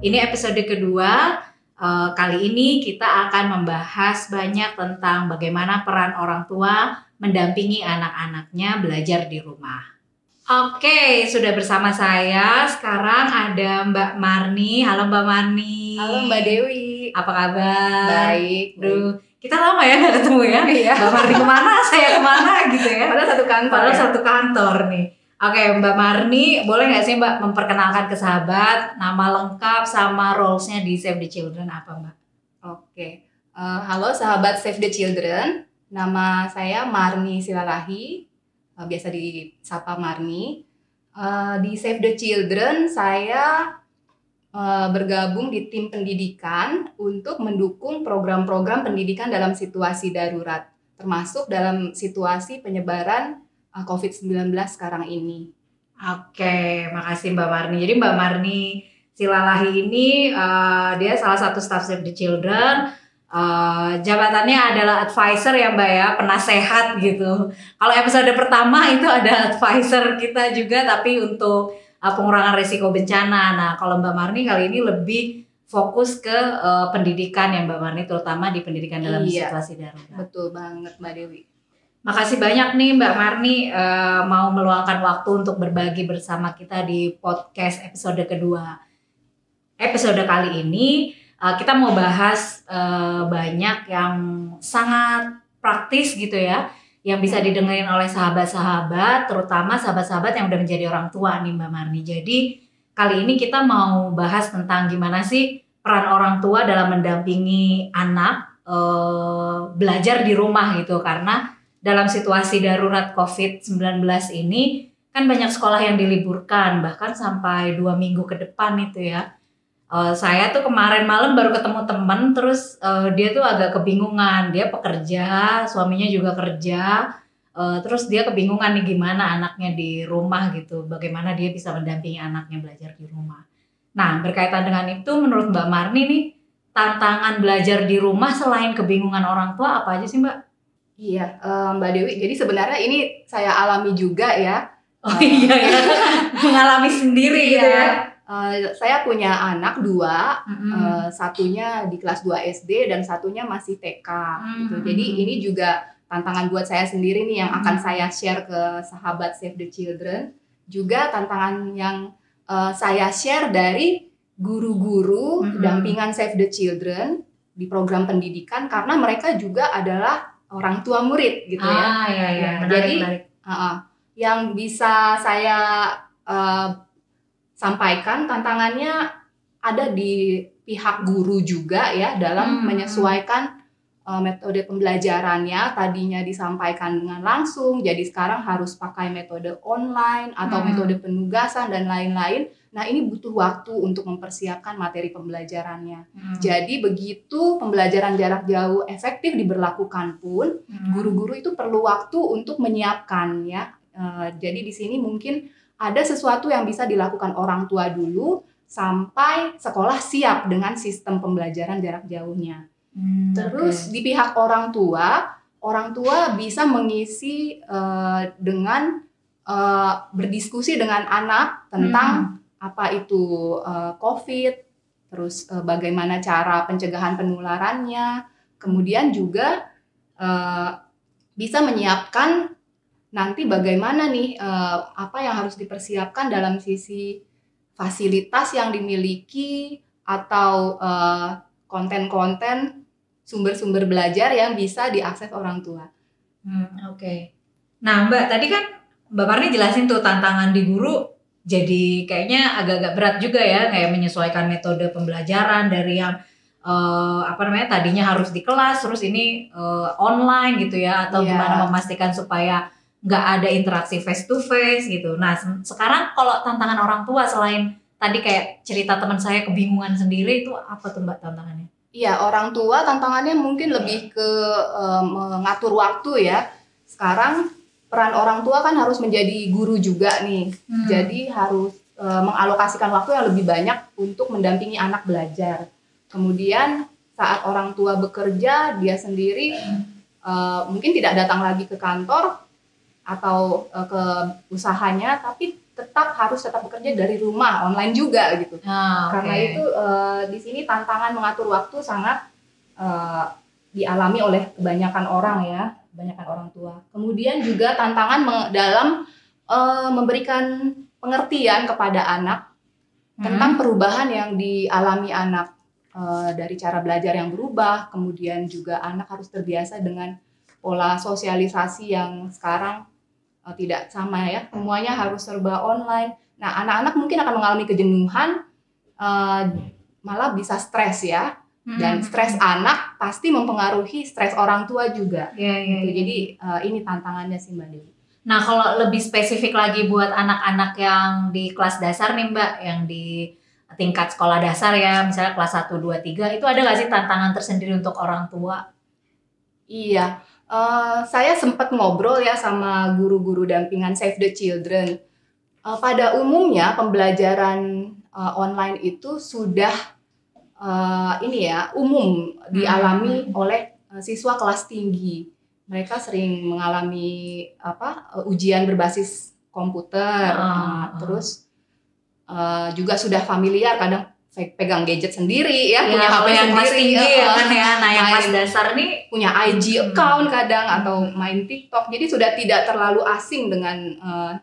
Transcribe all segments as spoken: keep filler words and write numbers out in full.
Ini episode kedua. Uh, kali ini kita akan membahas banyak tentang bagaimana peran orang tua mendampingi anak-anaknya belajar di rumah. Oke, sudah bersama saya. Sekarang ada Mbak Marni. Halo Mbak Marni. Halo Mbak Dewi. Apa kabar? Baik. Duh, kita lama ya nggak ketemu ya. Iya. Mbak Marni kemana? Saya kemana gitu ya. Padahal satu kantor. Padahal ya? satu kantor nih. Oke, Mbak Marni, boleh nggak sih Mbak memperkenalkan ke sahabat nama lengkap sama roles-nya di Save the Children apa Mbak? Oke. Uh, halo sahabat Save the Children. Nama saya Marni Silalahi. Uh, biasa disapa Marni. Uh, di Save the Children saya uh, bergabung di tim pendidikan untuk mendukung program-program pendidikan dalam situasi darurat, termasuk dalam situasi penyebaran covid sembilan belas sekarang ini. Oke, makasih Mbak Marni. Jadi Mbak Marni Silalahi ini uh, dia salah satu staff Save the Children. Uh, jabatannya adalah advisor ya Mbak ya, penasehat gitu. Kalau episode pertama itu ada advisor kita juga, tapi untuk uh, pengurangan risiko bencana. Nah kalau Mbak Marni kali ini lebih fokus ke uh, pendidikan ya Mbak Marni, terutama di pendidikan dalam iya, situasi darurat. Betul banget Mbak Dewi. Makasih banyak nih Mbak Marni uh, mau meluangkan waktu untuk berbagi bersama kita di podcast episode kedua. Episode kali ini uh, kita mau bahas uh, banyak yang sangat praktis gitu ya, yang bisa didengerin oleh sahabat-sahabat, terutama sahabat-sahabat yang udah menjadi orang tua nih Mbak Marni. Jadi kali ini kita mau bahas tentang gimana sih peran orang tua dalam mendampingi anak uh, belajar di rumah gitu, karena dalam situasi darurat covid sembilan belas ini kan banyak sekolah yang diliburkan bahkan sampai dua minggu ke depan itu ya. Uh, saya tuh kemarin malam baru ketemu temen, terus uh, dia tuh agak kebingungan, dia pekerja, suaminya juga kerja, uh, terus dia kebingungan nih gimana anaknya di rumah gitu, bagaimana dia bisa mendampingi anaknya belajar di rumah. Nah berkaitan dengan itu, menurut Mbak Marni nih tantangan belajar di rumah selain kebingungan orang tua apa aja sih Mbak? Iya, uh, Mbak Dewi. Jadi sebenarnya ini saya alami juga ya. Oh uh, iya ya, mengalami sendiri iya. gitu ya. Uh, saya punya anak dua, mm-hmm. uh, satunya di kelas dua S D dan satunya masih T K. Mm-hmm. Gitu. Jadi ini juga tantangan buat saya sendiri nih yang mm-hmm. akan saya share ke sahabat Save the Children. Juga tantangan yang uh, saya share dari guru-guru mm-hmm. dampingan Save the Children di program pendidikan, karena mereka juga adalah orang tua murid gitu ya. Ah, iya, iya. Ya, menarik, jadi menarik. Uh, yang bisa saya uh, sampaikan tantangannya ada di pihak guru juga ya dalam hmm. menyesuaikan uh, metode pembelajarannya. Tadinya disampaikan dengan langsung, jadi sekarang harus pakai metode online atau hmm. metode penugasan dan lain-lain. Nah ini butuh waktu untuk mempersiapkan materi pembelajarannya. Hmm. Jadi begitu pembelajaran jarak jauh efektif diberlakukan pun, hmm. guru-guru itu perlu waktu untuk menyiapkan ya. Uh, jadi di sini mungkin ada sesuatu yang bisa dilakukan orang tua dulu sampai sekolah siap dengan sistem pembelajaran jarak jauhnya. Hmm, Terus okay. di pihak orang tua, orang tua bisa mengisi uh, dengan uh, berdiskusi dengan anak tentang hmm. apa itu uh, COVID, terus uh, bagaimana cara pencegahan penularannya, kemudian juga uh, bisa menyiapkan nanti bagaimana nih uh, apa yang harus dipersiapkan dalam sisi fasilitas yang dimiliki atau uh, konten-konten sumber-sumber belajar yang bisa diakses orang tua. Hmm, Oke. Okay. Nah Mbak, tadi kan Mbak Marni jelasin tuh tantangan di guru. Jadi kayaknya agak-agak berat juga ya, kayak menyesuaikan metode pembelajaran dari yang uh, apa namanya tadinya harus di kelas, terus ini uh, online gitu ya, atau yeah. gimana memastikan supaya nggak ada interaksi face to face gitu. Nah sekarang kalau tantangan orang tua selain tadi kayak cerita teman saya kebingungan sendiri, itu apa tuh Mbak tantangannya? Iya, orang tua tantangannya mungkin lebih ke uh, mengatur waktu ya. Sekarang peran orang tua kan harus menjadi guru juga nih. Hmm. Jadi harus e, mengalokasikan waktu yang lebih banyak untuk mendampingi anak belajar. Kemudian saat orang tua bekerja, dia sendiri e, mungkin tidak datang lagi ke kantor atau e, ke usahanya, tapi tetap harus tetap bekerja dari rumah, online juga gitu. Ah, oke. Karena itu uh, di sini tantangan mengatur waktu sangat uh, dialami oleh kebanyakan orang ya, kebanyakan orang tua. Kemudian juga tantangan me- dalam uh, memberikan pengertian kepada anak hmm. tentang perubahan yang dialami anak, uh, dari cara belajar yang berubah, kemudian juga anak harus terbiasa dengan pola sosialisasi yang sekarang uh, tidak sama ya, semuanya harus serba online. Nah, anak-anak mungkin akan mengalami kejenuhan, uh, malah bisa stres ya, hmm. dan stres anak pasti mempengaruhi stres orang tua juga. Yeah, yeah, gitu. yeah. Jadi uh, ini tantangannya sih Mbak Dewi. Nah, kalau lebih spesifik lagi buat anak-anak yang di kelas dasar nih Mbak, yang di tingkat sekolah dasar ya, misalnya kelas satu, dua, tiga, itu ada nggak sih tantangan tersendiri untuk orang tua? Iya. Uh, saya sempat ngobrol ya sama guru-guru dampingan Save the Children. Uh, pada umumnya pembelajaran uh, online itu sudah uh, ini ya umum dialami hmm. oleh uh, siswa kelas tinggi. Mereka sering mengalami apa uh, ujian berbasis komputer, uh, uh, terus uh, juga sudah familiar kadang pegang gadget sendiri ya, ya punya H P yang sendiri kelas tinggi ya kan ya. Nah, yang kelas dasar nih punya I G account kadang hmm. atau main TikTok. Jadi sudah tidak terlalu asing dengan uh,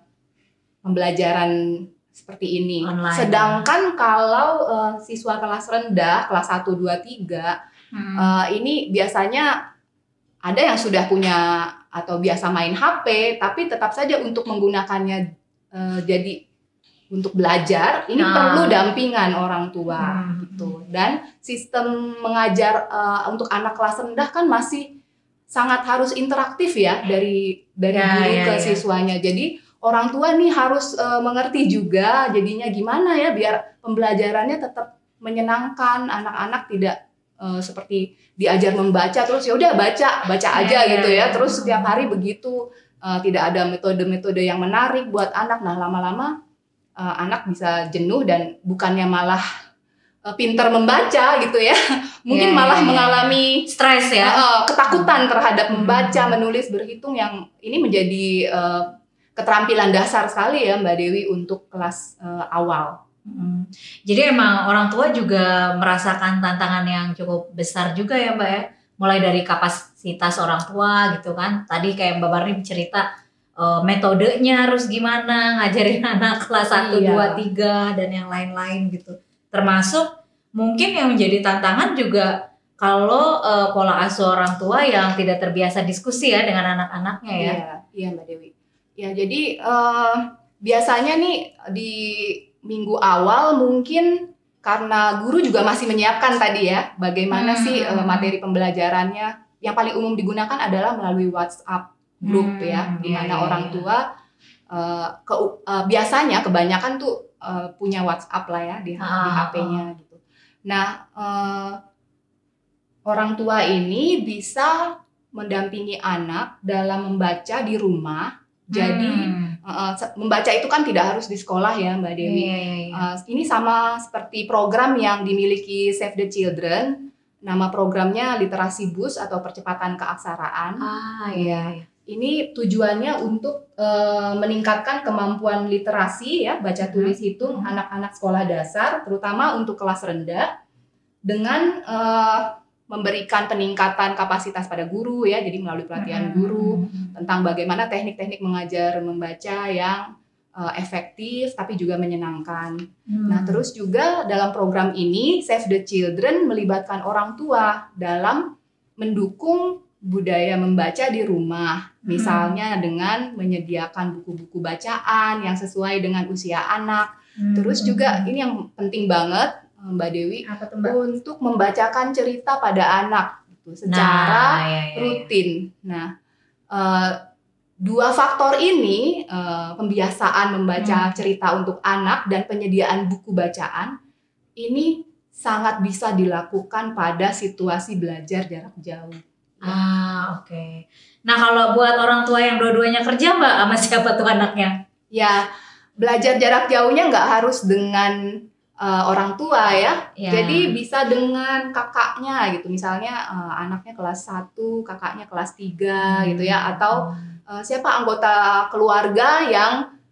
pembelajaran seperti ini. Online. Sedangkan kalau uh, siswa kelas rendah, kelas satu, dua, tiga, hmm. uh, ini biasanya ada yang sudah punya atau biasa main H P, tapi tetap saja untuk menggunakannya uh, jadi untuk belajar ini nah. perlu dampingan orang tua hmm. gitu. Dan sistem mengajar uh, untuk anak kelas rendah kan masih sangat harus interaktif ya dari dari ya, guru ya, ke ya. siswanya. Jadi orang tua nih harus uh, mengerti juga jadinya gimana ya biar pembelajarannya tetap menyenangkan, anak-anak tidak uh, seperti diajar membaca terus ya udah baca baca aja ya, gitu ya. ya. Terus setiap hari begitu uh, tidak ada metode-metode yang menarik buat anak. Nah, lama-lama Uh, anak bisa jenuh dan bukannya malah uh, pintar membaca gitu ya, mungkin yeah, malah yeah, mengalami stres ya, uh, ketakutan terhadap membaca, menulis, berhitung yang ini menjadi uh, keterampilan dasar sekali ya Mbak Dewi untuk kelas uh, awal. Hmm. Jadi emang orang tua juga merasakan tantangan yang cukup besar juga ya Mbak ya, mulai dari kapasitas orang tua gitu kan. Tadi kayak Mbak Marni cerita Uh, metodenya harus gimana ngajarin anak kelas satu, dua, tiga dan yang lain-lain gitu. Termasuk mungkin yang menjadi tantangan juga kalau uh, pola asuh orang tua yang tidak terbiasa diskusi ya dengan anak-anaknya ya. Iya, iya Mbak Dewi. Ya jadi uh, biasanya nih di minggu awal mungkin karena guru juga masih menyiapkan tadi ya bagaimana hmm. sih uh, materi pembelajarannya. Yang paling umum digunakan adalah melalui WhatsApp grup hmm, ya, di mana iya, orang tua uh, ke, uh, biasanya kebanyakan tuh uh, punya WhatsApp lah ya di, ah, di H P-nya ah. gitu. Nah, uh, orang tua ini bisa mendampingi anak dalam membaca di rumah. Jadi hmm. uh, membaca itu kan tidak harus di sekolah ya Mbak Dewi. Iya, iya, iya. Uh, ini sama seperti program yang dimiliki Save the Children. Nama programnya Literasi Boost atau percepatan keaksaraan. Ah iya. Ini tujuannya untuk uh, meningkatkan kemampuan literasi ya, baca tulis hitung hmm. anak-anak sekolah dasar, terutama untuk kelas rendah, dengan uh, memberikan peningkatan kapasitas pada guru ya, jadi melalui pelatihan guru hmm. tentang bagaimana teknik-teknik mengajar membaca yang uh, efektif tapi juga menyenangkan. Hmm. Nah, terus juga dalam program ini Save the Children melibatkan orang tua dalam mendukung budaya membaca di rumah, misalnya hmm. dengan menyediakan buku-buku bacaan yang sesuai dengan usia anak. Hmm. Terus juga ini yang penting banget Mbak Dewi, apa tuh, Mbak? Untuk membacakan cerita pada anak gitu, secara nah, iya, iya. rutin. Nah, uh, dua faktor ini, uh, pembiasaan membaca hmm. cerita untuk anak dan penyediaan buku bacaan, ini sangat bisa dilakukan pada situasi belajar jarak jauh. Ah, oke. Okay. Nah, kalau buat orang tua yang dua-duanya kerja, Mbak, sama siapa tuh anaknya? Ya, belajar jarak jauhnya nggak harus dengan uh, orang tua ya. ya. Jadi bisa dengan kakaknya gitu. Misalnya uh, anaknya kelas satu, kakaknya kelas tiga hmm. gitu ya. Atau uh, siapa anggota keluarga yang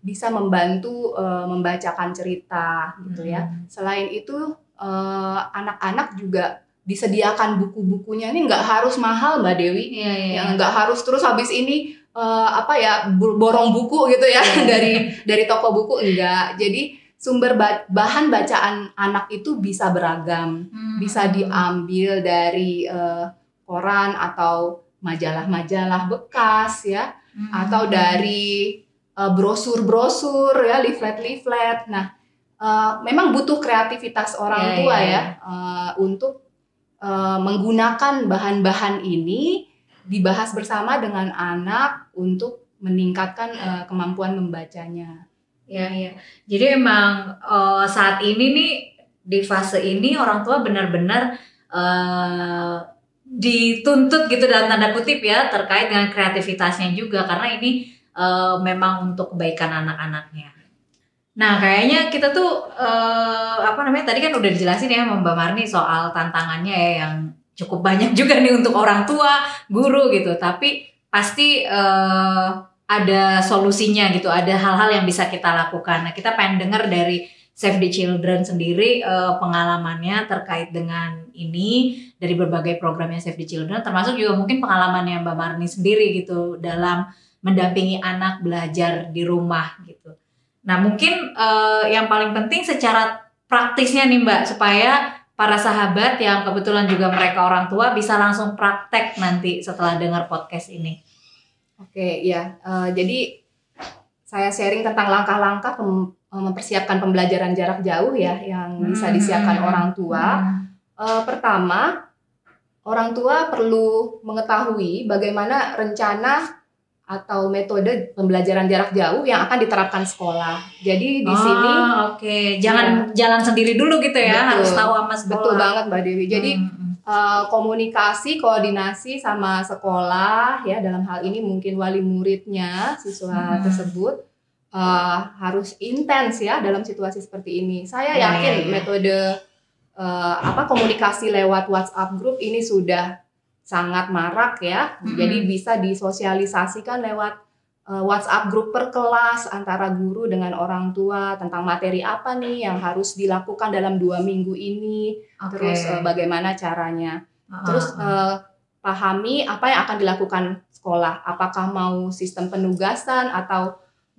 bisa membantu uh, membacakan cerita gitu ya. Hmm. Selain itu uh, anak-anak juga disediakan buku-bukunya, ini nggak harus mahal Mbak Dewi, Iya, iya. yang nggak harus terus habis ini uh, apa ya borong buku gitu ya Iya. dari dari toko buku, enggak. Jadi sumber ba- bahan bacaan anak itu bisa beragam, Hmm. bisa diambil dari uh, koran atau majalah-majalah bekas ya, Hmm. atau dari uh, brosur-brosur ya, leaflet-leaflet. Nah, uh, memang butuh kreativitas orang Iya, tua iya. ya uh, untuk Uh, menggunakan bahan-bahan ini, dibahas bersama dengan anak untuk meningkatkan uh, kemampuan membacanya. Ya, ya. Jadi emang uh, saat ini nih di fase ini orang tua benar-benar uh, dituntut gitu dalam tanda kutip ya terkait dengan kreativitasnya juga, karena ini uh, memang untuk kebaikan anak-anaknya. Nah, kayaknya kita tuh uh, apa namanya tadi kan udah dijelasin ya Mbak Marni soal tantangannya ya yang cukup banyak juga nih untuk orang tua, guru gitu. Tapi pasti uh, ada solusinya gitu, ada hal-hal yang bisa kita lakukan. Nah, kita pengen dengar dari Save the Children sendiri uh, pengalamannya terkait dengan ini dari berbagai programnya Save the Children, termasuk juga mungkin pengalamannya Mbak Marni sendiri gitu dalam mendampingi anak belajar di rumah gitu. Nah, mungkin uh, yang paling penting secara praktisnya nih Mbak, supaya para sahabat yang kebetulan juga mereka orang tua bisa langsung praktek nanti setelah dengar podcast ini. Oke, ya. Uh, jadi saya sharing tentang langkah-langkah pem- mempersiapkan pembelajaran jarak jauh ya yang bisa disiapkan hmm. orang tua. Hmm. Uh, pertama, orang tua perlu mengetahui bagaimana rencana atau metode pembelajaran jarak jauh yang akan diterapkan sekolah. Jadi di oh, sini oke, okay. jangan ya, jalan sendiri dulu gitu ya, betul, harus tahu sama sekolah. Betul banget Mbak Dewi. Jadi hmm. uh, komunikasi, koordinasi sama sekolah ya, dalam hal ini mungkin wali muridnya siswa hmm. tersebut uh, harus intens ya dalam situasi seperti ini. Saya ya, yakin ya, ya. metode uh, apa komunikasi lewat WhatsApp group ini sudah sangat marak ya, mm-hmm. jadi bisa disosialisasikan lewat uh, WhatsApp grup per kelas antara guru dengan orang tua tentang materi apa nih yang harus dilakukan dalam dua minggu ini, okay. terus uh, bagaimana caranya, uh-huh. terus uh, pahami apa yang akan dilakukan sekolah, apakah mau sistem penugasan atau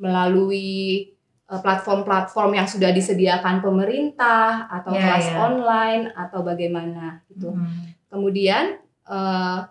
melalui uh, platform-platform yang sudah disediakan pemerintah atau yeah, kelas yeah. online atau bagaimana gitu, mm-hmm. kemudian Uh,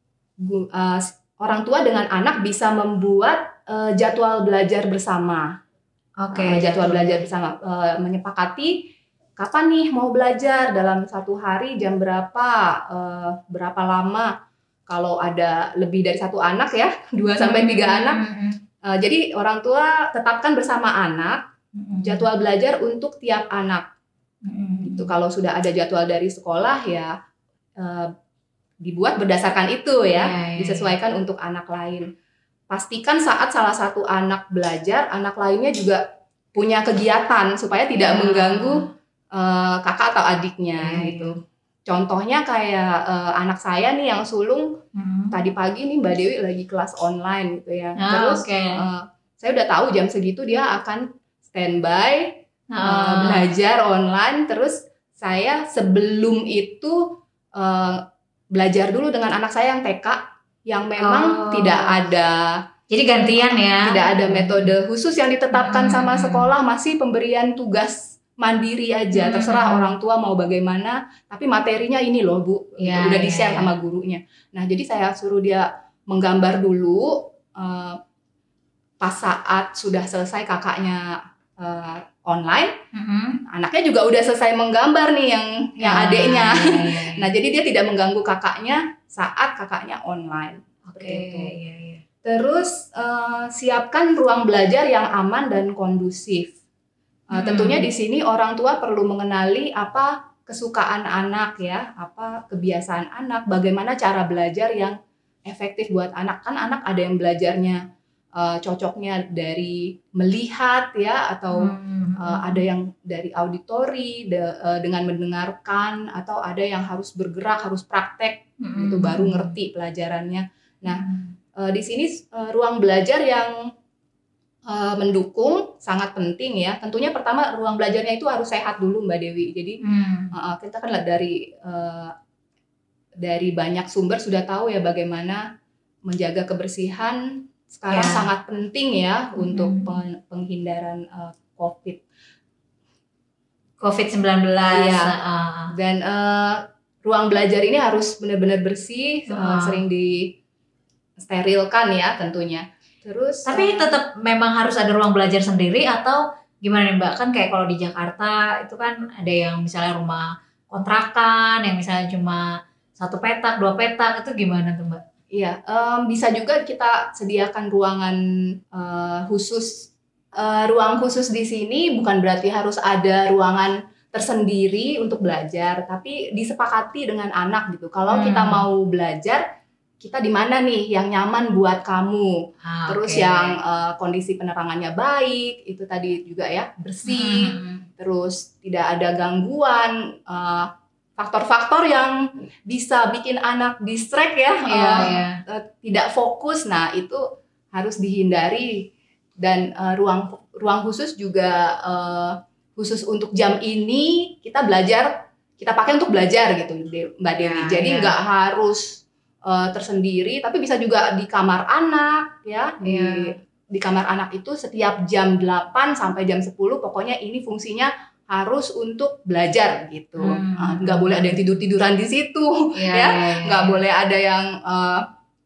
uh, orang tua dengan anak bisa membuat uh, jadwal belajar bersama. Oke. Okay. Uh, jadwal belajar bersama, uh, menyepakati kapan nih mau belajar dalam satu hari jam berapa, uh, berapa lama. Kalau ada lebih dari satu anak ya, dua sampai tiga anak. Uh, jadi orang tua tetapkan bersama anak jadwal belajar untuk tiap anak. Gitu. Kalau sudah ada jadwal dari sekolah ya. Uh, dibuat berdasarkan itu ya, ya, ya, disesuaikan ya. Untuk anak lain. Pastikan saat salah satu anak belajar, anak lainnya juga punya kegiatan supaya tidak ya. mengganggu uh, kakak atau adiknya ya, gitu. Ya. Contohnya kayak uh, anak saya nih yang sulung hmm. tadi pagi nih Mbak Dewi lagi kelas online gitu ya. Ah, Terus okay. uh, saya udah tahu jam segitu dia akan standby ah. uh, belajar online. Terus saya sebelum itu uh, belajar dulu dengan anak saya yang T K yang memang oh. tidak ada, jadi gantian ya, tidak ada metode khusus yang ditetapkan hmm. sama sekolah, masih pemberian tugas mandiri aja, hmm. terserah orang tua mau bagaimana, tapi materinya ini loh Bu, ya, udah di share ya, sama gurunya. Nah jadi saya suruh dia menggambar dulu, uh, pas saat sudah selesai kakaknya uh, online, mm-hmm. anaknya juga udah selesai menggambar nih yang yang ah, adeknya. Iya, iya. Nah jadi dia tidak mengganggu kakaknya saat kakaknya online. Oke. Okay, iya, iya. Terus uh, siapkan ruang belajar yang aman dan kondusif. Uh, mm-hmm. Tentunya di sini orang tua perlu mengenali apa kesukaan anak ya, apa kebiasaan anak, bagaimana cara belajar yang efektif buat anak. Kan anak ada yang belajarnya Uh, cocoknya dari melihat ya atau hmm. uh, ada yang dari auditori de, uh, dengan mendengarkan atau ada yang harus bergerak harus praktek hmm. itu baru ngerti pelajarannya. Nah hmm. uh, di sini uh, ruang belajar yang uh, mendukung, sangat penting ya. Tentunya pertama ruang belajarnya itu harus sehat dulu Mbak Dewi. Jadi hmm. uh, kita kan dari uh, dari banyak sumber sudah tahu ya bagaimana menjaga kebersihan sekarang ya. Sangat penting ya hmm. untuk penghindaran uh, COVID. covid sembilan belas. Ya. Uh. Dan uh, ruang belajar ini harus benar-benar bersih, uh. Uh, sering disterilkan ya tentunya. Terus tapi uh, tetap memang harus ada ruang belajar sendiri atau gimana nih Mbak? Kan kayak kalau di Jakarta itu kan ada yang misalnya rumah kontrakan yang misalnya cuma satu petak, dua petak, itu gimana tuh Mbak? Iya, um, bisa juga kita sediakan ruangan uh, khusus. Uh, ruang khusus di sini bukan berarti harus ada ruangan tersendiri untuk belajar, tapi disepakati dengan anak gitu. Kalau hmm. kita mau belajar, kita di mana nih yang nyaman buat kamu. Ah, Terus okay. yang uh, kondisi penerangannya baik, itu tadi juga ya bersih. Hmm. Terus tidak ada gangguan. Uh, faktor-faktor yang bisa bikin anak distract ya, yeah, uh, yeah. Uh, tidak fokus, nah itu harus dihindari. Dan uh, ruang ruang khusus juga uh, khusus untuk jam ini kita belajar, kita pakai untuk belajar gitu Mbak Dewi. Yeah, Jadi nggak yeah. harus uh, tersendiri, tapi bisa juga di kamar anak ya. Yeah. Di, di kamar anak itu setiap jam delapan sampai jam sepuluh pokoknya ini fungsinya harus untuk belajar gitu, hmm. nggak boleh ada yang tidur tiduran di situ, yeah, ya, yeah, yeah. nggak boleh ada yang uh,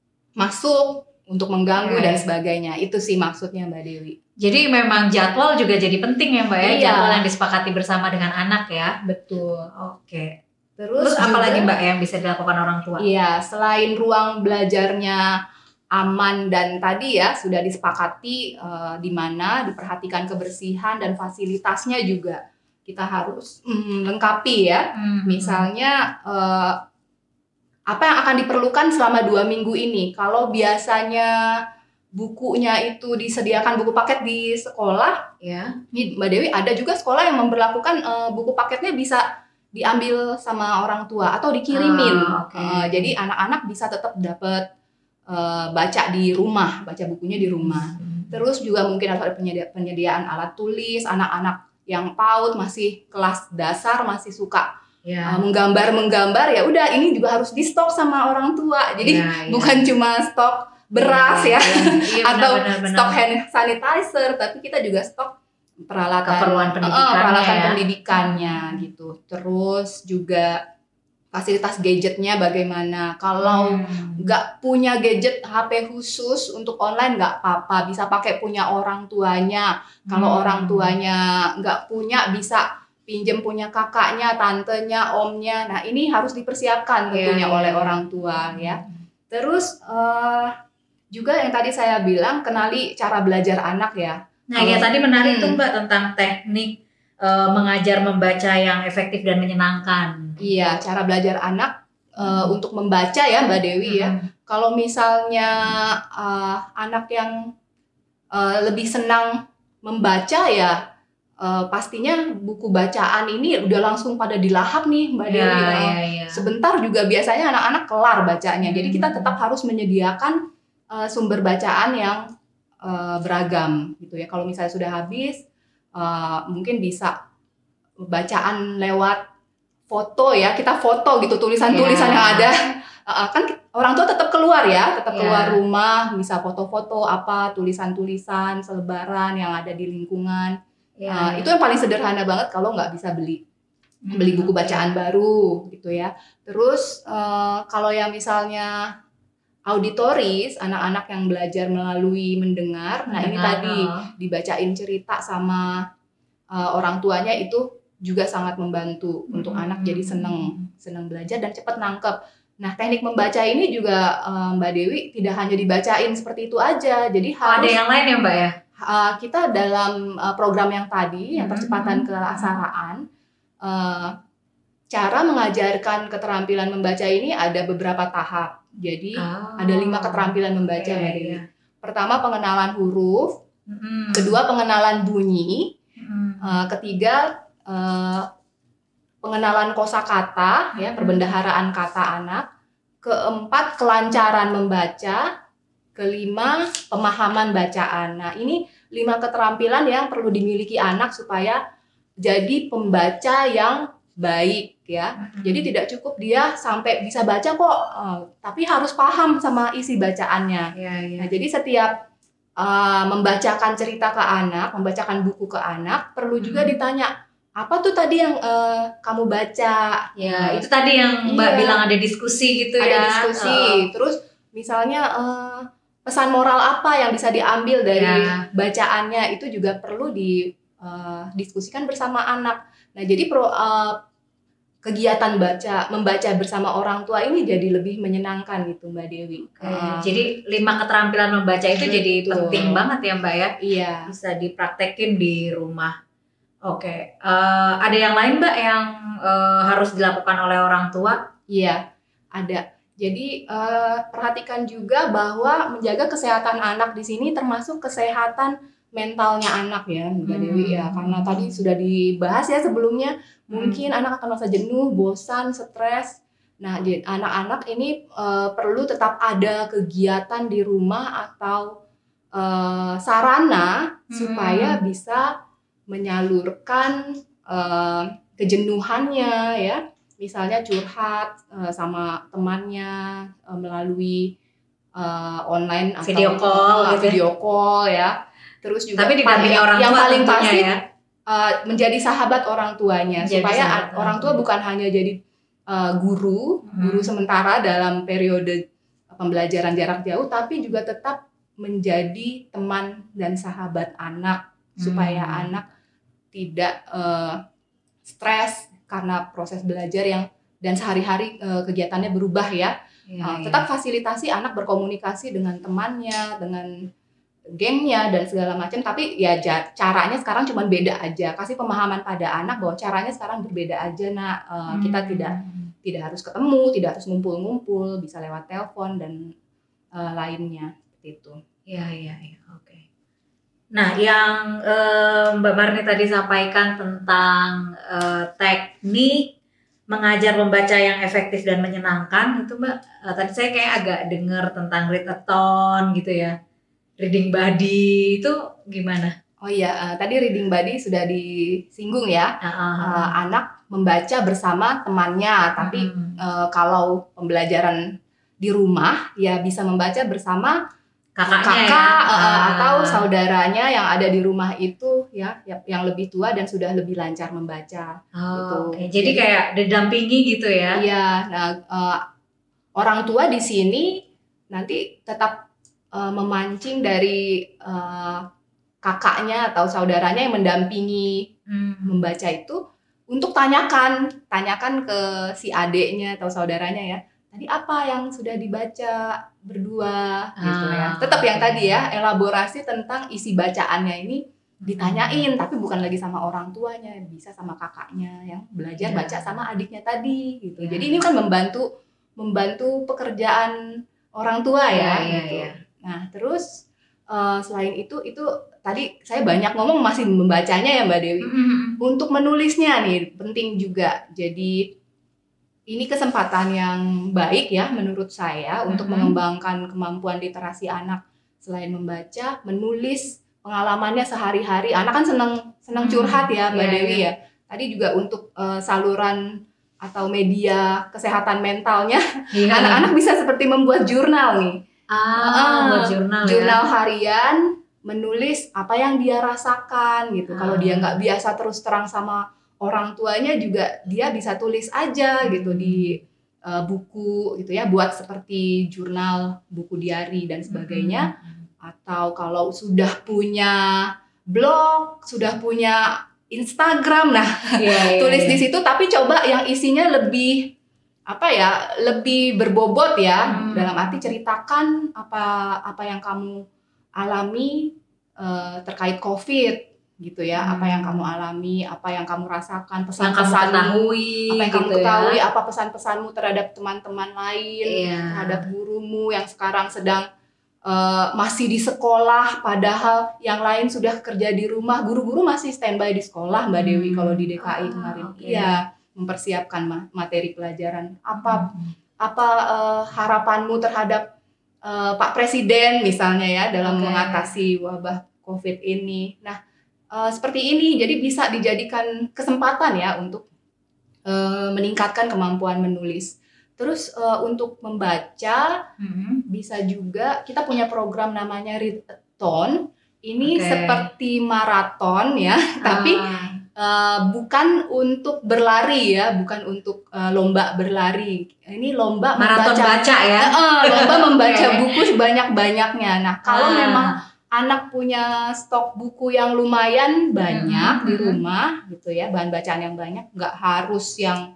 masuk untuk mengganggu yeah. dan sebagainya. Itu sih maksudnya Mbak Dewi. Jadi memang jadwal juga jadi penting ya Mbak ya, yeah. jadwal yang disepakati bersama dengan anak ya. Betul. Oke. Okay. Terus, Terus apalagi Mbak yang bisa dilakukan orang tua? Iya, selain ruang belajarnya aman dan tadi ya sudah disepakati uh, di mana diperhatikan kebersihan dan fasilitasnya juga kita harus mm, lengkapi ya. Mm-hmm. Misalnya uh, apa yang akan diperlukan selama dua minggu ini. Kalau biasanya bukunya itu disediakan buku paket di sekolah, ya, Mbak Dewi ada juga sekolah yang memberlakukan uh, buku paketnya bisa diambil sama orang tua atau dikirimin. Ah, okay. uh, jadi anak-anak bisa tetap dapat uh, baca di rumah, baca bukunya di rumah. Mm-hmm. Terus juga mungkin ada penyedia- penyediaan alat tulis, anak-anak yang PAUD masih kelas dasar masih suka yeah. uh, menggambar-menggambar, ya udah ini juga harus di stok sama orang tua. Jadi yeah, yeah. bukan cuma stok beras yeah, ya yeah, yeah, atau benar, benar, stok hand sanitizer, tapi kita juga stok peralatan keperluan pendidikannya, uh, peralatan ya. pendidikannya gitu. Terus juga fasilitas gadgetnya bagaimana. Kalau nggak hmm. punya gadget H P khusus untuk online nggak apa-apa, bisa pakai punya orang tuanya. Kalau hmm. orang tuanya nggak punya, bisa pinjem punya kakaknya, tantenya, omnya. Nah ini harus dipersiapkan tentunya yeah, oleh yeah. orang tua ya. Terus uh, juga yang tadi saya bilang, kenali cara belajar anak ya. Nah ya tadi menarik hmm. tuh Mbak tentang teknik Uh, mengajar membaca yang efektif dan menyenangkan. Iya, cara belajar anak uh, hmm. untuk membaca ya Mbak Dewi hmm. ya. Kalau misalnya uh, anak yang uh, lebih senang membaca ya, uh, pastinya buku bacaan ini udah langsung pada dilahap nih Mbak Dewi. Ya, uh, ya, ya. Sebentar juga biasanya anak-anak kelar bacanya. Hmm. Jadi kita tetap harus menyediakan uh, sumber bacaan yang uh, beragam gitu ya. Kalau misalnya sudah habis, Uh, mungkin bisa bacaan lewat foto ya, kita foto gitu tulisan-tulisan yeah. yang ada, uh, kan orang tua tetap keluar ya, tetap yeah. keluar rumah, bisa foto-foto apa tulisan-tulisan selebaran yang ada di lingkungan. Yeah, uh, yeah. Itu yang paling sederhana banget kalau nggak bisa beli hmm, beli buku bacaan okay. baru gitu ya. Terus uh, kalau yang misalnya auditoris, anak-anak yang belajar melalui mendengar. Nah, ini tadi dibacain cerita sama uh, orang tuanya itu juga sangat membantu hmm. untuk anak jadi seneng, seneng belajar dan cepat nangkep. Nah, teknik membaca ini juga uh, Mbak Dewi tidak hanya dibacain seperti itu aja. Jadi oh, harus ada yang lain ya, Mbak ya? Uh, kita dalam uh, program yang tadi, hmm. yang percepatan keaksaraan, uh, cara mengajarkan keterampilan membaca ini ada beberapa tahap. Jadi oh, ada lima keterampilan membaca okay, Mbak Dewi. Yeah. Pertama pengenalan huruf, mm-hmm. kedua pengenalan bunyi, mm-hmm. uh, ketiga uh, pengenalan kosakata, mm-hmm. ya perbendaharaan kata anak, keempat kelancaran membaca, kelima pemahaman bacaan. Nah ini lima keterampilan yang perlu dimiliki anak supaya jadi pembaca yang baik ya. Mm-hmm. Jadi tidak cukup dia sampai bisa baca kok, uh, tapi harus paham sama isi bacaannya. Yeah, yeah. Nah, jadi setiap uh, membacakan cerita ke anak, membacakan buku ke anak, perlu juga mm-hmm. ditanya, apa tuh tadi yang uh, kamu baca? Ya, uh, itu tadi yang Mbak iya, bilang ada diskusi gitu ada ya. Ada diskusi. Uh. Terus misalnya uh, pesan moral apa yang bisa diambil dari yeah. bacaannya, itu juga perlu di Uh, diskusikan bersama anak. Nah, jadi pro, uh, kegiatan baca, membaca bersama orang tua ini jadi lebih menyenangkan gitu, Mbak Dewi. Okay. Uh, jadi lima keterampilan membaca itu betul. Jadi penting banget ya, Mbak ya. Iya. Bisa dipraktekin di rumah. Oke. Okay. Uh, ada yang lain, Mbak, yang uh, harus dilakukan oleh orang tua? Iya, ada. Jadi uh, perhatikan juga bahwa menjaga kesehatan anak di sini termasuk kesehatan mentalnya anak ya, Mbak Dewi ya, karena tadi sudah dibahas ya sebelumnya, mungkin hmm. anak akan merasa jenuh, bosan, stres. Nah, di, anak-anak ini uh, perlu tetap ada kegiatan di rumah atau uh, sarana hmm. supaya bisa menyalurkan uh, kejenuhannya ya, misalnya curhat uh, sama temannya uh, melalui uh, online atau video call, uh, gitu. video call ya. Terus juga tapi didampingi orang yang tua paling pasti ya. uh, menjadi sahabat orang tuanya, menjadi supaya a- orang tua bukan hanya jadi uh, guru, hmm. guru sementara dalam periode pembelajaran jarak jauh, tapi juga tetap menjadi teman dan sahabat anak hmm. supaya anak tidak uh, stres karena proses belajar yang dan sehari-hari uh, kegiatannya berubah ya. Ya, uh, ya. Tetap fasilitasi anak berkomunikasi dengan temannya, dengan gengnya dan segala macam, tapi ya ja, caranya sekarang cuma beda aja. Kasih pemahaman pada anak bahwa caranya sekarang berbeda aja, nak. Uh, hmm. Kita tidak tidak harus ketemu, tidak harus ngumpul-ngumpul, bisa lewat telepon dan uh, lainnya seperti itu. Iya, iya, iya. Oke. Okay. Nah, yang uh, Mbak Marni tadi sampaikan tentang uh, teknik mengajar membaca yang efektif dan menyenangkan itu, Mbak. Uh, tadi saya kayak agak dengar tentang readathon gitu ya. Reading buddy itu gimana? Oh iya, uh, tadi reading buddy sudah disinggung ya. Uh-huh. Uh, anak membaca bersama temannya, tapi uh-huh. uh, kalau pembelajaran di rumah ya bisa membaca bersama kakaknya kakak ya? uh, uh. atau saudaranya yang ada di rumah itu ya, yang lebih tua dan sudah lebih lancar membaca. Oh, gitu. Okay. Jadi, Jadi kayak didampingi gitu ya? Iya. Nah, uh, orang tua di sini nanti tetap Uh, memancing dari uh, kakaknya atau saudaranya yang mendampingi hmm. membaca itu untuk tanyakan, tanyakan ke si adeknya atau saudaranya ya, tadi apa yang sudah dibaca berdua, ah, gitu ya. Tetap yang tadi ya, elaborasi tentang isi bacaannya ini ditanyain, hmm. tapi bukan lagi sama orang tuanya, bisa sama kakaknya yang belajar yeah. baca sama adiknya tadi, gitu. Yeah. Jadi ini kan membantu membantu pekerjaan orang tua ya, yeah, yeah, gitu. Yeah. Nah, terus uh, selain itu, itu tadi saya banyak ngomong masih membacanya ya Mbak Dewi. Mm-hmm. Untuk menulisnya nih penting juga. Jadi ini kesempatan yang baik ya menurut saya mm-hmm. untuk mengembangkan kemampuan literasi anak. Selain membaca, menulis pengalamannya sehari-hari. Anak kan senang senang curhat ya Mbak yeah, Dewi yeah. ya. Tadi juga untuk uh, saluran atau media kesehatan mentalnya, yeah. anak-anak bisa seperti membuat jurnal nih. Ah, uh, buat jurnal, jurnal ya? harian, menulis apa yang dia rasakan gitu. Ah. Kalau dia nggak biasa terus terang sama orang tuanya juga dia bisa tulis aja gitu di uh, buku gitu ya, buat seperti jurnal, buku diari dan sebagainya. Hmm. Atau kalau sudah punya blog, sudah punya Instagram, nah yeah, yeah, tulis yeah. di situ. Tapi coba yang isinya lebih apa ya, lebih berbobot ya, hmm. dalam arti ceritakan apa apa yang kamu alami uh, terkait COVID gitu ya, hmm. apa yang kamu alami, apa yang kamu rasakan, pesan-pesanmu, apa yang kamu ketahui, ya. Apa pesan-pesanmu terhadap teman-teman lain, yeah. terhadap gurumu yang sekarang sedang uh, masih di sekolah, padahal yang lain sudah kerja di rumah, guru-guru masih standby di sekolah Mbak Dewi hmm. kalau di D K I oh, kemarin, okay. iya. mempersiapkan materi pelajaran. Apa hmm. apa uh, harapanmu terhadap uh, Pak Presiden misalnya ya dalam okay. mengatasi wabah COVID ini. Nah, uh, seperti ini jadi bisa dijadikan kesempatan ya untuk uh, meningkatkan kemampuan menulis. Terus uh, untuk membaca hmm. bisa juga kita punya program namanya Readathon. Ini okay. seperti maraton ya, ah. tapi uh, bukan untuk berlari ya, bukan untuk uh, lomba berlari. Ini lomba maraton membaca, baca ya. Uh, lomba membaca okay. buku sebanyak-banyaknya. Nah, kalau ah. memang anak punya stok buku yang lumayan banyak hmm. di rumah gitu ya, bahan bacaan yang banyak, nggak harus yang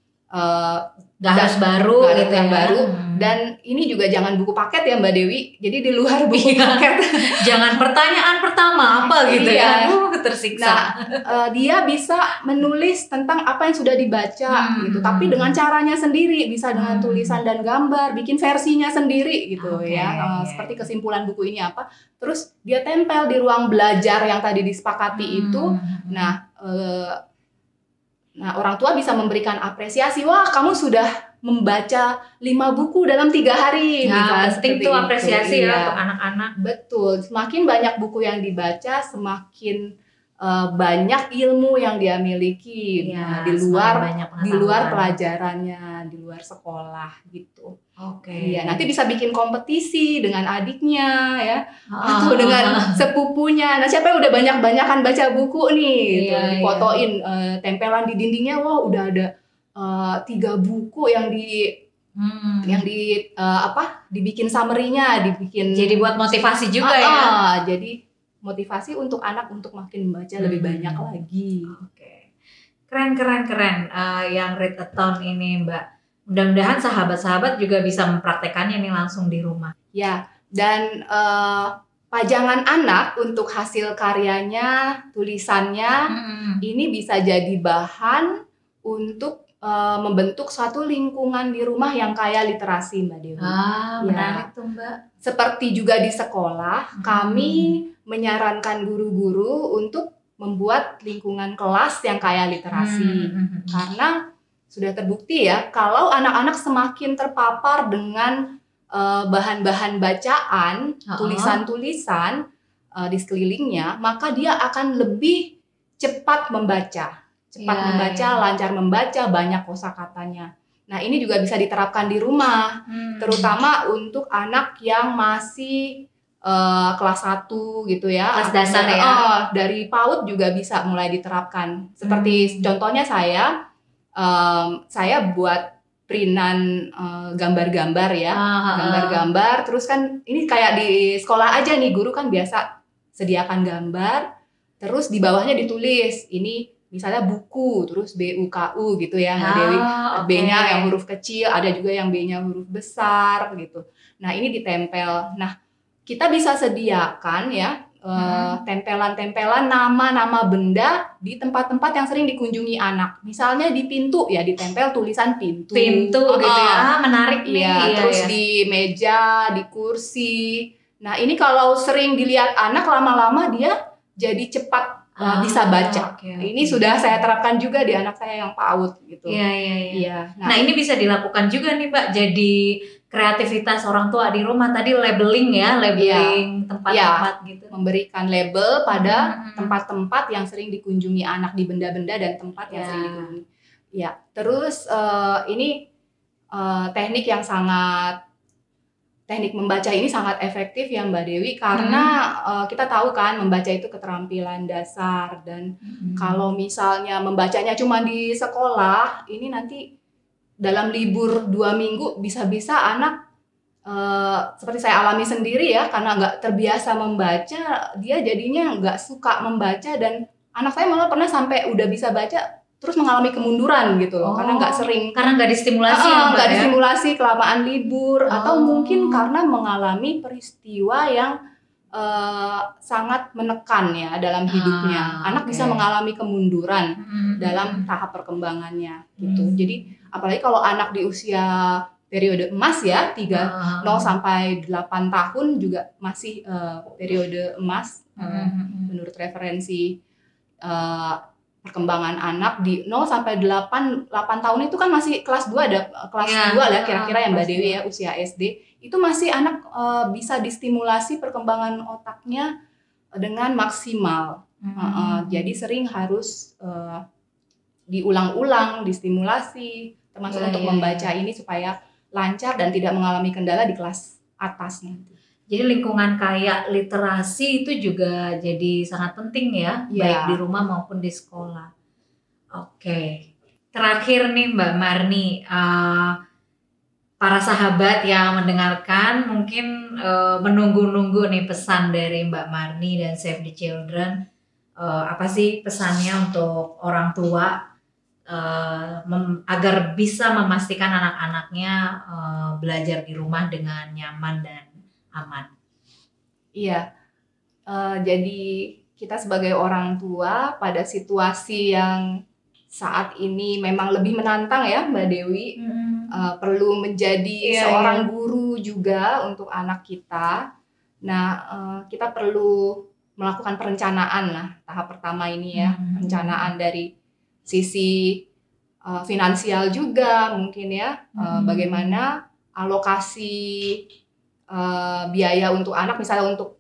uh, Gak harus baru gak gitu yang ya. baru. Dan ini juga jangan buku paket ya Mbak Dewi. Jadi di luar buku paket. Jangan pertanyaan pertama apa gitu iya. ya. Uh, tersiksa. Nah, uh, dia bisa menulis tentang apa yang sudah dibaca hmm. gitu. Tapi dengan caranya sendiri, bisa dengan hmm. tulisan dan gambar, bikin versinya sendiri gitu okay. ya. Uh, seperti kesimpulan buku ini apa. Terus dia tempel di ruang belajar yang tadi disepakati hmm. itu. Nah, uh, Nah, orang tua bisa memberikan apresiasi. Wah, kamu sudah membaca lima buku dalam tiga hari. Nah, penting tuh apresiasi ya, ya untuk anak-anak. Betul. Semakin banyak buku yang dibaca, semakin uh, banyak ilmu yang dia miliki ya, nah, di luar di luar pelajarannya, di luar sekolah gitu. Oke. Okay. Iya, nanti bisa bikin kompetisi dengan adiknya ya, oh. atau dengan sepupunya. Nah, siapa yang udah banyak-banyakan baca buku nih, gitu, iya, difotoin iya. Uh, tempelan di dindingnya, wah udah ada uh, tiga buku yang di hmm. yang di uh, apa? dibikin summary-nya, dibikin. Jadi buat motivasi juga uh, ya. Uh, jadi motivasi untuk anak untuk makin membaca hmm. lebih banyak lagi. Oke. Okay. Keren keren keren uh, yang Readathon ini, Mbak. Mudah-mudahan sahabat-sahabat juga bisa mempraktekannya nih langsung di rumah. Ya, dan uh, pajangan anak untuk hasil karyanya, tulisannya, hmm. ini bisa jadi bahan untuk uh, membentuk suatu lingkungan di rumah yang kaya literasi, Mbak Dewi. Ah, menarik ya. Tuh, Mbak. Seperti juga di sekolah, hmm. kami menyarankan guru-guru untuk membuat lingkungan kelas yang kaya literasi. Hmm. Karena sudah terbukti ya, kalau anak-anak semakin terpapar dengan uh, bahan-bahan bacaan, uh-huh. tulisan-tulisan uh, di sekelilingnya, maka dia akan lebih cepat membaca. Cepat yeah, membaca, yeah. lancar membaca, banyak kosakatanya. Nah, ini juga bisa diterapkan di rumah, hmm. terutama untuk anak yang masih uh, kelas satu gitu ya. Kelas dasar ya. Uh, dari PAUD juga bisa mulai diterapkan. Seperti hmm. contohnya saya, Um, saya buat printan uh, gambar-gambar ya, ah, gambar-gambar. Terus kan ini kayak di sekolah aja nih, guru kan biasa sediakan gambar, terus di bawahnya ditulis ini misalnya buku, terus B U K U gitu ya, Mbak Dewi. Ah, okay. B-nya yang huruf kecil, ada juga yang B-nya huruf besar gitu. Nah, ini ditempel. Nah, kita bisa sediakan ya. Uh, tempelan-tempelan nama-nama benda di tempat-tempat yang sering dikunjungi anak. Misalnya di pintu ya ditempel tulisan pintu. Pintu uh, gitu ya. Ah, menarik nih. Ya, iya, terus iya. di meja, di kursi. Nah, ini kalau sering dilihat anak lama-lama dia jadi cepat uh, ah, bisa baca. Okay, okay. Ini sudah saya terapkan juga di anak saya yang PAUD gitu. Iya, iya, iya. Ya, nah, nah, ini bisa dilakukan juga nih, Mbak. Jadi kreativitas orang tua di rumah tadi labeling ya, labeling ya, tempat-tempat ya, gitu. Memberikan label pada hmm. tempat-tempat yang sering dikunjungi anak, di benda-benda dan tempat yang ya. sering dikunjungi. Ya, terus uh, ini uh, teknik yang sangat teknik membaca ini sangat efektif ya Mbak Dewi, karena hmm. uh, kita tahu kan membaca itu keterampilan dasar, dan hmm. kalau misalnya membacanya cuma di sekolah, ini nanti dalam libur dua minggu bisa-bisa anak uh, seperti saya alami sendiri ya, karena nggak terbiasa membaca, dia jadinya nggak suka membaca, dan anak saya malah pernah sampai udah bisa baca terus mengalami kemunduran gitu loh, oh, karena nggak sering, karena nggak distimulasi, uh, ya, nggak ya? distimulasi kelamaan libur, oh. atau mungkin karena mengalami peristiwa yang uh, sangat menekan ya dalam hidupnya. Ah, anak okay. bisa mengalami kemunduran hmm. dalam tahap perkembangannya gitu. Hmm. Jadi apalagi kalau anak di usia periode emas ya, tiga nol sampai delapan tahun juga masih uh, periode emas uh, hmm. menurut referensi uh, perkembangan anak di nol sampai delapan tahun itu kan masih kelas dua, ada kelas ya, dua lah kira-kira ya Mbak Dewi ya, usia S D. Itu masih anak uh, bisa distimulasi perkembangan otaknya dengan maksimal. Hmm. Uh, uh, jadi sering harus uh, diulang-ulang, distimulasi, termasuk Ya, untuk ya, membaca ya. ini supaya lancar dan tidak mengalami kendala di kelas atas nanti. Jadi lingkungan kayak literasi itu juga jadi sangat penting ya, Ya. baik di rumah maupun di sekolah. Oke, terakhir nih Mbak Marni, uh, para sahabat yang mendengarkan mungkin uh, menunggu-nunggu nih pesan dari Mbak Marni dan Save the Children. Uh, apa sih pesannya untuk orang tua uh, mem- agar bisa memastikan anak-anaknya uh, belajar di rumah dengan nyaman dan aman? Iya, uh, jadi kita sebagai orang tua pada situasi yang saat ini memang lebih menantang ya Mbak Dewi, hmm. uh, perlu menjadi iya, seorang iya. guru juga untuk anak kita. Nah, uh, kita perlu melakukan perencanaan lah tahap pertama ini ya, hmm. perencanaan dari sisi uh, finansial juga mungkin ya, uh, hmm. bagaimana alokasi uh, biaya untuk anak, misalnya untuk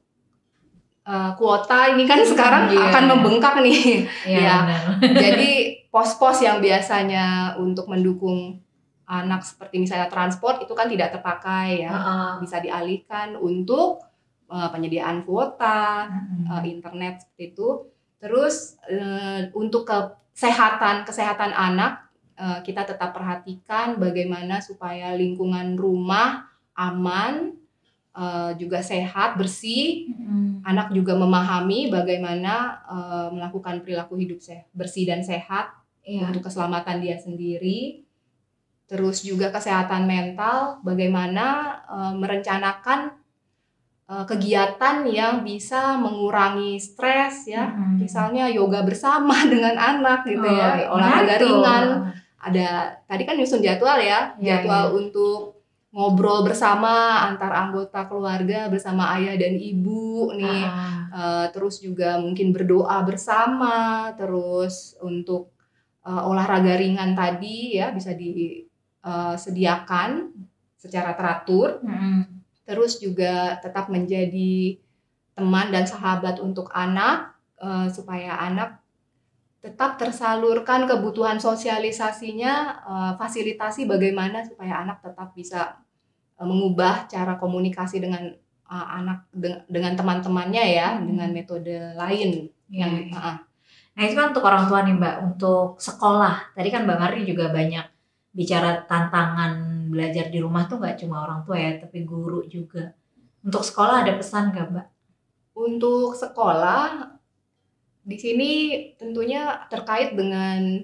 Uh, kuota ini kan sekarang yeah. akan membengkak nih, yeah, ya. Jadi pos-pos yang biasanya untuk mendukung anak seperti misalnya transport itu kan tidak terpakai ya, uh-uh. bisa dialihkan untuk uh, penyediaan kuota, uh-huh. uh, internet seperti itu. Terus uh, untuk kesehatan kesehatan anak uh, kita tetap perhatikan bagaimana supaya lingkungan rumah aman. Uh, juga sehat, bersih, hmm. anak juga memahami bagaimana uh, melakukan perilaku hidup sehat, bersih dan sehat yeah. untuk keselamatan dia sendiri. Terus juga kesehatan mental, bagaimana uh, merencanakan uh, kegiatan yang bisa mengurangi stres ya, hmm. misalnya yoga bersama dengan anak gitu oh, ya, olahraga ringan. Ada tadi kan nyusun jadwal ya, yeah, jadwal yeah. untuk ngobrol bersama antar anggota keluarga bersama ayah dan ibu nih, ah. uh, terus juga mungkin berdoa bersama, terus untuk uh, olahraga ringan tadi ya bisa disediakan uh, secara teratur, hmm. terus juga tetap menjadi teman dan sahabat untuk anak uh, supaya anak tetap tersalurkan kebutuhan sosialisasinya, uh, fasilitasi bagaimana supaya anak tetap bisa mengubah cara komunikasi dengan uh, anak de- dengan teman-temannya ya, hmm. dengan metode lain. Ya, yang, ya. Uh, nah itu kan untuk orang tua nih Mbak, untuk sekolah. Tadi kan Mbak Marni juga banyak bicara tantangan belajar di rumah tuh nggak cuma orang tua ya, tapi guru juga. Untuk sekolah ada pesan nggak Mbak? Untuk sekolah di sini tentunya terkait dengan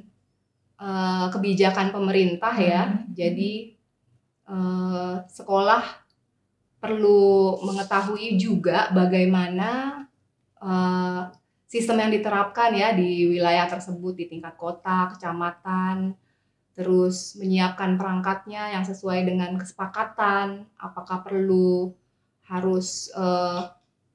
uh, kebijakan pemerintah ya, hmm. jadi Uh, sekolah perlu mengetahui juga bagaimana uh, sistem yang diterapkan ya di wilayah tersebut, di tingkat kota, kecamatan, terus menyiapkan perangkatnya yang sesuai dengan kesepakatan, apakah perlu harus uh,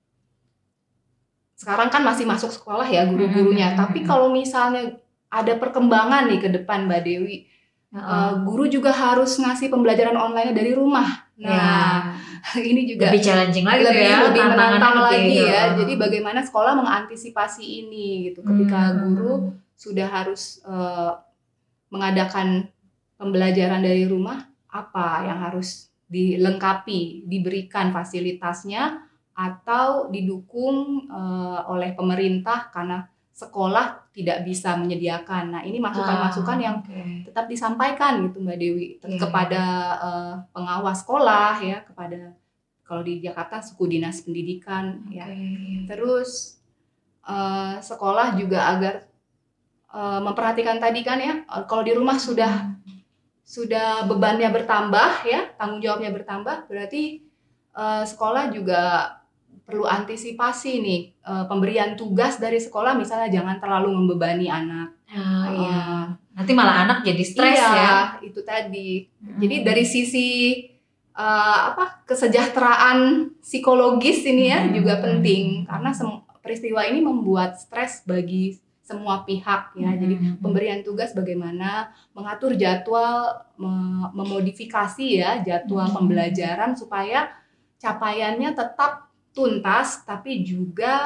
sekarang kan masih masuk sekolah ya guru-gurunya, hmm. tapi kalau misalnya ada perkembangan nih ke depan Mbak Dewi, Uh, guru juga harus ngasih pembelajaran online dari rumah. Nah, ya. Ini juga lebih challenging lagi lebih, ya, lebih menantang lagi ya. Uh. Jadi bagaimana sekolah mengantisipasi ini gitu. Ketika hmm. guru sudah harus uh, mengadakan pembelajaran dari rumah, apa yang harus dilengkapi, diberikan fasilitasnya atau didukung uh, oleh pemerintah karena sekolah tidak bisa menyediakan. Nah, ini masukan-masukan ah, yang okay. tetap disampaikan gitu Mbak Dewi yeah. kepada uh, pengawas sekolah ya, kepada kalau di Jakarta suku dinas pendidikan okay. ya. Terus uh, sekolah juga agar uh, memperhatikan tadi kan ya, kalau di rumah sudah hmm. sudah bebannya bertambah ya, tanggung jawabnya bertambah, berarti uh, sekolah juga perlu antisipasi nih, uh, pemberian tugas dari sekolah misalnya jangan terlalu membebani anak. Oh, uh, iya. Nanti malah anak jadi stres iya, ya. Itu tadi. Hmm. Jadi dari sisi uh, apa kesejahteraan psikologis ini ya hmm. juga penting karena sem- peristiwa ini membuat stres bagi semua pihak ya. Hmm. Jadi pemberian tugas bagaimana mengatur jadwal, mem- memodifikasi ya jadwal hmm. pembelajaran supaya capaiannya tetap tuntas tapi juga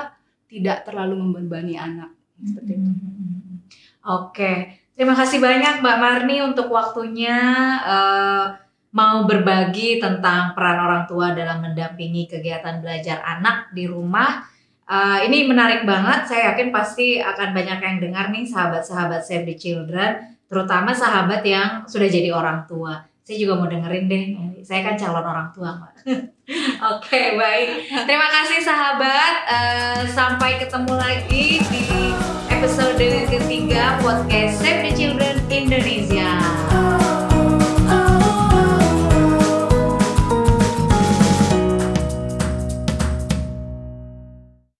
tidak terlalu membebani anak seperti itu. Oke, terima kasih banyak Mbak Marni untuk waktunya uh, mau berbagi tentang peran orang tua dalam mendampingi kegiatan belajar anak di rumah. Uh, ini menarik banget, saya yakin pasti akan banyak yang dengar nih sahabat-sahabat Save the Children, terutama sahabat yang sudah jadi orang tua. Saya juga mau dengerin deh, saya kan calon orang tua Mbak. Oke, baik. Terima kasih sahabat, uh, sampai ketemu lagi di episode ketiga podcast Save the Children Indonesia.